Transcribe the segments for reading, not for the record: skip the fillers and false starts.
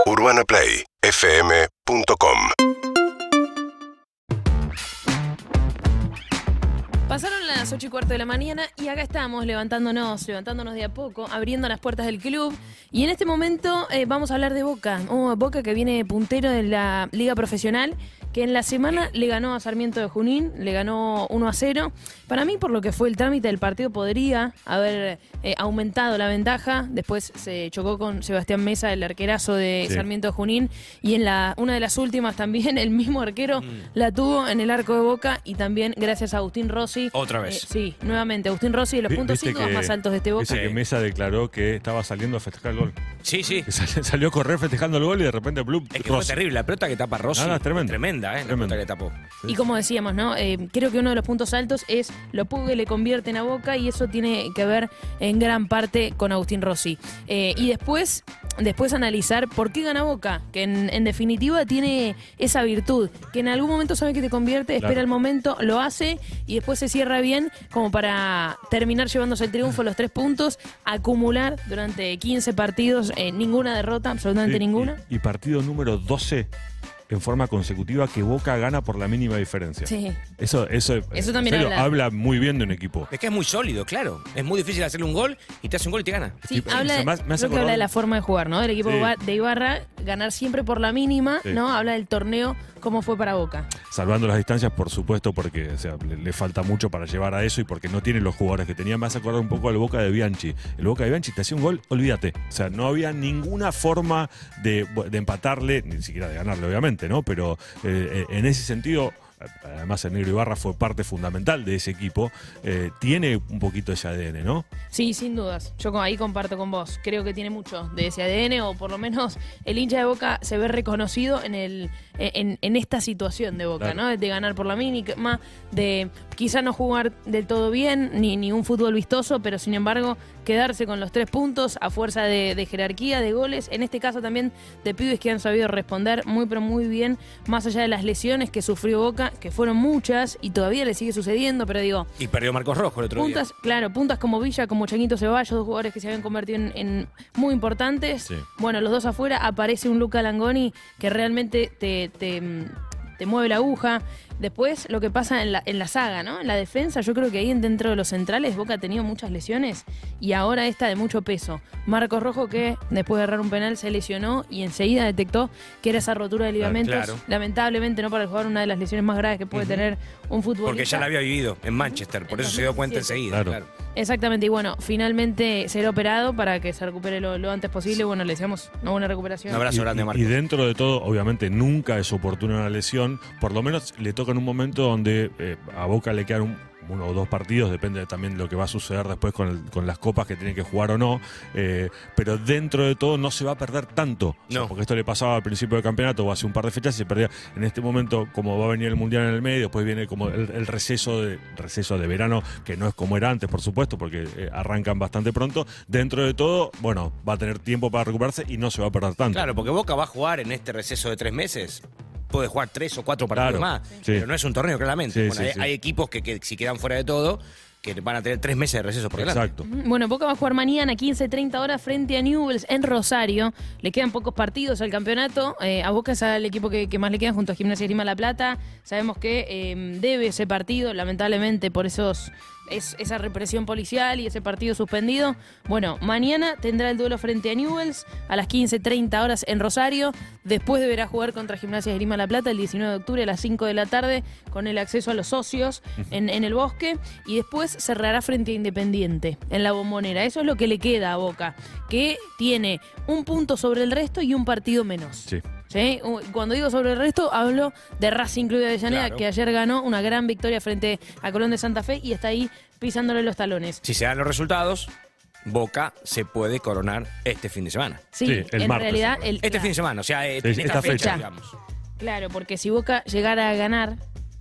UrbanaPlayFM.com. Pasaron las 8:15 de la mañana y acá estamos levantándonos de a poco, abriendo las puertas del club. Y en este momento vamos a hablar de Boca. Boca que viene puntero de la Liga Profesional, que en la semana le ganó a Sarmiento de Junín, le ganó 1-0. Para mí, por lo que fue el trámite del partido, podría haber aumentado la ventaja. Después se chocó con Sebastián Mesa, el arquerazo de Sarmiento de Junín. Y en una de las últimas también, el mismo arquero la tuvo en el arco de Boca. Y también gracias a Agustín Rossi. Otra vez. Sí, nuevamente. Agustín Rossi, de los puntos 5 más altos de este Boca. Dice que Mesa declaró que estaba saliendo a festejar el gol. Sí, sí. Que salió a correr festejando el gol y de repente blum, Es que fue terrible. La pelota que tapa Rossi. Es tremenda. Tremenda, la pelota que tapó. Y como decíamos, ¿no? Creo que uno de los puntos altos es lo poco que le convierten a Boca, y eso tiene que ver en gran parte con Agustín Rossi. Y después analizar por qué gana Boca, que en definitiva tiene esa virtud, que en algún momento sabe que te convierte, espera el momento, lo hace y después se cierra bien como para terminar llevándose el triunfo, los 3 puntos, acumular durante 15 partidos, ninguna derrota, absolutamente ninguna. Y partido número 12 en forma consecutiva que Boca gana por la mínima diferencia. Sí. Eso también habla muy bien de un equipo. Es que es muy sólido, claro. Es muy difícil hacerle un gol y te hace un gol y te gana. Sí, creo que habla de la forma de jugar, ¿no? El equipo de Ibarra, ganar siempre por la mínima, ¿no? Habla del torneo, cómo fue para Boca. Salvando las distancias, por supuesto, porque le falta mucho para llevar a eso y porque no tiene los jugadores que tenía. Me hace acordar un poco al Boca de Bianchi. El Boca de Bianchi te hacía un gol, olvídate. O sea, no había ninguna forma de empatarle, ni siquiera de ganarle, obviamente, ¿no? Pero en ese sentido, además el Negro Ibarra fue parte fundamental de ese equipo, tiene un poquito ese ADN, ¿no? Sí, sin dudas. Yo ahí comparto con vos. Creo que tiene mucho de ese ADN, o por lo menos el hincha de Boca se ve reconocido en esta situación de Boca, ¿no? De ganar por la mínima, de quizá no jugar del todo bien, ni un fútbol vistoso, pero sin embargo quedarse con los 3 puntos a fuerza de jerarquía, de goles, en este caso también de pibes que han sabido responder muy pero muy bien, más allá de las lesiones que sufrió Boca, que fueron muchas y todavía le sigue sucediendo, pero digo... Y perdió Marcos Rojo el otro día. Claro, puntas como Villa, como Changuito Ceballos, 2 jugadores que se habían convertido en muy importantes. Sí. Bueno, los 2 afuera, aparece un Luca Langoni que realmente te mueve la aguja. Después, lo que pasa en la saga, ¿no? En la defensa, yo creo que ahí dentro de los centrales Boca ha tenido muchas lesiones y ahora esta de mucho peso. Marcos Rojo, que después de errar un penal se lesionó y enseguida detectó que era esa rotura de ligamentos. Claro. Lamentablemente, no para el jugador, una de las lesiones más graves que puede tener un futbolista. Porque ya la había vivido en Manchester, por eso se dio cuenta enseguida. Claro. Exactamente, y bueno, finalmente será operado para que se recupere lo antes posible. Bueno, le deseamos una buena recuperación. Un abrazo grande, Marcos. Y dentro de todo, obviamente, nunca es oportuna una lesión. Por lo menos le toca en un momento donde a Boca le quedan 1 o 2 partidos, depende también de lo que va a suceder después con las copas que tienen que jugar o no, pero dentro de todo no se va a perder tanto, no. O sea, porque esto le pasaba al principio del campeonato o hace un par de fechas y se perdía. En este momento, como va a venir el Mundial en el medio, después viene como el receso de verano, que no es como era antes, por supuesto, porque arrancan bastante pronto. Dentro de todo, bueno, va a tener tiempo para recuperarse y no se va a perder tanto. Claro, porque Boca va a jugar en este receso de 3 meses. Puede jugar 3 o 4 partidos más, pero no es un torneo, claramente. Hay equipos que si quedan fuera de todo, que van a tener 3 meses de receso por delante. Exacto. Bueno, Boca va a jugar mañana 15:30 horas frente a Newell's en Rosario. Le quedan pocos partidos al campeonato. A Boca es el equipo que más le quedan junto a Gimnasia y Grima La Plata. Sabemos que debe ese partido, lamentablemente, por esa represión policial y ese partido suspendido. Bueno, mañana tendrá el duelo frente a Newell's a las 15:30 horas en Rosario. Después deberá jugar contra Gimnasia y Grima La Plata el 19 de octubre a las 5 de la tarde con el acceso a los socios en el Bosque. Y después cerrará frente a Independiente en la Bombonera. Eso es lo que le queda a Boca, que tiene un punto sobre el resto y un partido menos. Sí. ¿Sí? Cuando digo sobre el resto, hablo de Racing Club de Avellaneda, que ayer ganó una gran victoria frente a Colón de Santa Fe y está ahí pisándole los talones. Si se dan los resultados, Boca se puede coronar este fin de semana. Sí, en realidad... Este fin de semana, o sea, en esta fecha, digamos. Claro, porque si Boca llegara a ganar,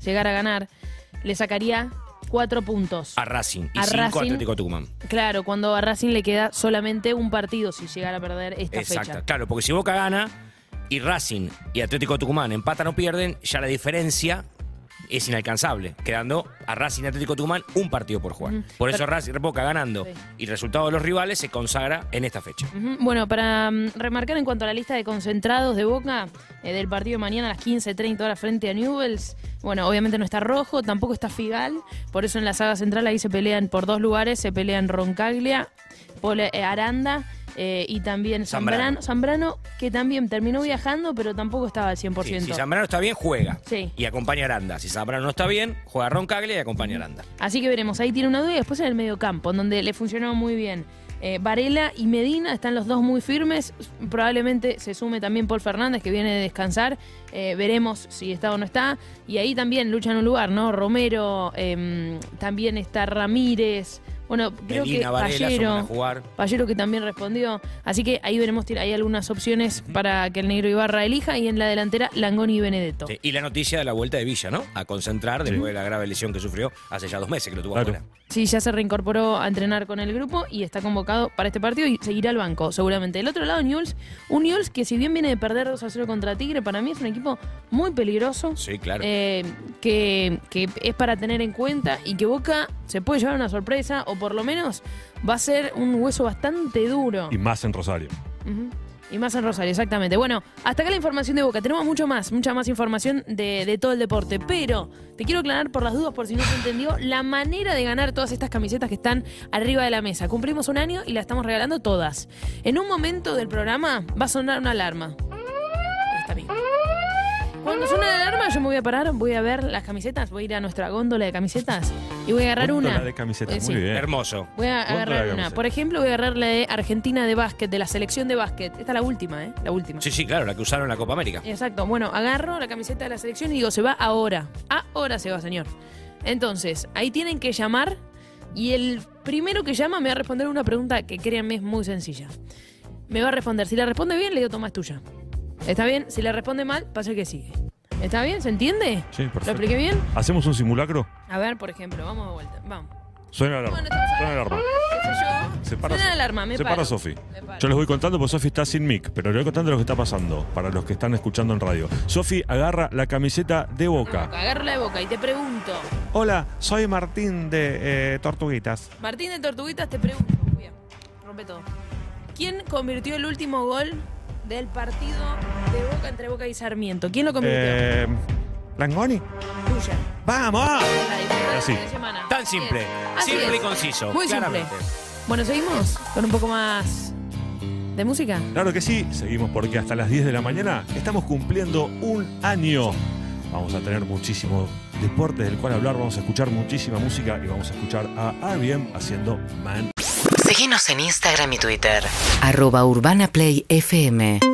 le sacaría 4 puntos. A Racing y 5 a Atlético Tucumán. Claro, cuando a Racing le queda solamente un partido si llegara a perder esta fecha. Exacto, claro, porque si Boca gana y Racing y Atlético Tucumán empatan o pierden, ya la diferencia es inalcanzable, quedando a Racing Atlético Tucumán un partido por jugar. Por eso Racing Boca ganando y resultado de los rivales se consagra en esta fecha. Bueno, para remarcar en cuanto a la lista de concentrados de Boca del partido de mañana a las 15:30 horas frente a Newell's, bueno, obviamente no está Rojo, tampoco está Figal, por eso en la saga central ahí se pelean por 2 lugares, se pelean Roncaglia, Aranda y también Zambrano, que también terminó viajando, pero tampoco estaba al 100%. Sí, si Zambrano está bien, juega y acompaña a Aranda. Si Zambrano no está bien, juega Roncaglia y acompaña a Aranda. Así que veremos, ahí tiene una duda y después en el mediocampo, en donde le funcionó muy bien. Varela y Medina están los dos muy firmes. Probablemente se sume también Paul Fernández, que viene de descansar. Veremos si está o no está. Y ahí también luchan un lugar, ¿no? Romero, también está Ramírez. Bueno, creo Medina, que Varela, Pallero que también respondió. Así que ahí veremos, hay algunas opciones para que el Negro Ibarra elija. Y en la delantera, Langoni y Benedetto. Sí, y la noticia de la vuelta de Villa, ¿no? A concentrar después de la grave lesión que sufrió hace ya 2 meses que lo tuvo afuera. Sí, ya se reincorporó a entrenar con el grupo y está convocado para este partido y seguirá al banco, seguramente. Del otro lado, Newell's, un Newell's que si bien viene de perder 2-0 contra Tigre, para mí es un equipo muy peligroso. Sí, claro. Que es para tener en cuenta y que Boca se puede llevar una sorpresa o por lo menos va a ser un hueso bastante duro. Y más en Rosario. Y más en Rosario, exactamente. Bueno, hasta acá la información de Boca. Tenemos mucha más información de todo el deporte. Pero te quiero aclarar por las dudas, por si no se entendió, la manera de ganar todas estas camisetas que están arriba de la mesa. Cumplimos 1 año y las estamos regalando todas. En un momento del programa va a sonar una alarma. Está bien. Cuando suena la alarma, yo me voy a parar, voy a ver las camisetas, voy a ir a nuestra góndola de camisetas y voy a agarrar góndola una. De camisetas, muy bien. Hermoso. Voy a agarrar una. Por ejemplo, voy a agarrar la de Argentina de básquet, de la selección de básquet. Esta es la última, ¿eh? La última. Sí, claro, la que usaron en la Copa América. Exacto. Bueno, agarro la camiseta de la selección y digo, se va ahora. Ahora se va, señor. Entonces, ahí tienen que llamar y el primero que llama me va a responder una pregunta que créanme es muy sencilla. Me va a responder. Si la responde bien, le digo, toma, es tuya. ¿Está bien? Si la responde mal, pasa que sigue. ¿Está bien? ¿Se entiende? Sí, perfecto. ¿Lo expliqué bien? ¿Hacemos un simulacro? A ver, por ejemplo, vamos de vuelta. Vamos. Suena la alarma. Suena la alarma. Suena la alarma, me se para Sofi. Yo les voy contando porque Sofi está sin mic, pero les voy contando lo que está pasando para los que están escuchando en radio. Sofi agarra la camiseta de Boca. Agarra la de Boca y te pregunto. Hola, soy Martín de Tortuguitas. Martín de Tortuguitas, te pregunto. Bien, rompe todo. ¿Quién convirtió el último gol del partido de Boca entre Boca y Sarmiento? ¿Quién lo convirtió? Langoni. Tuya. ¡Vamos! Así. Tan simple. Simple y conciso. Muy claramente. simple. Bueno, seguimos con un poco más de música. Claro que sí, seguimos porque hasta las 10 de la mañana estamos cumpliendo 1 año. Vamos a tener muchísimo deporte del cual hablar, vamos a escuchar muchísima música y vamos a escuchar a R.E.M. haciendo Man. Síguenos en Instagram y Twitter @UrbanaPlayFM.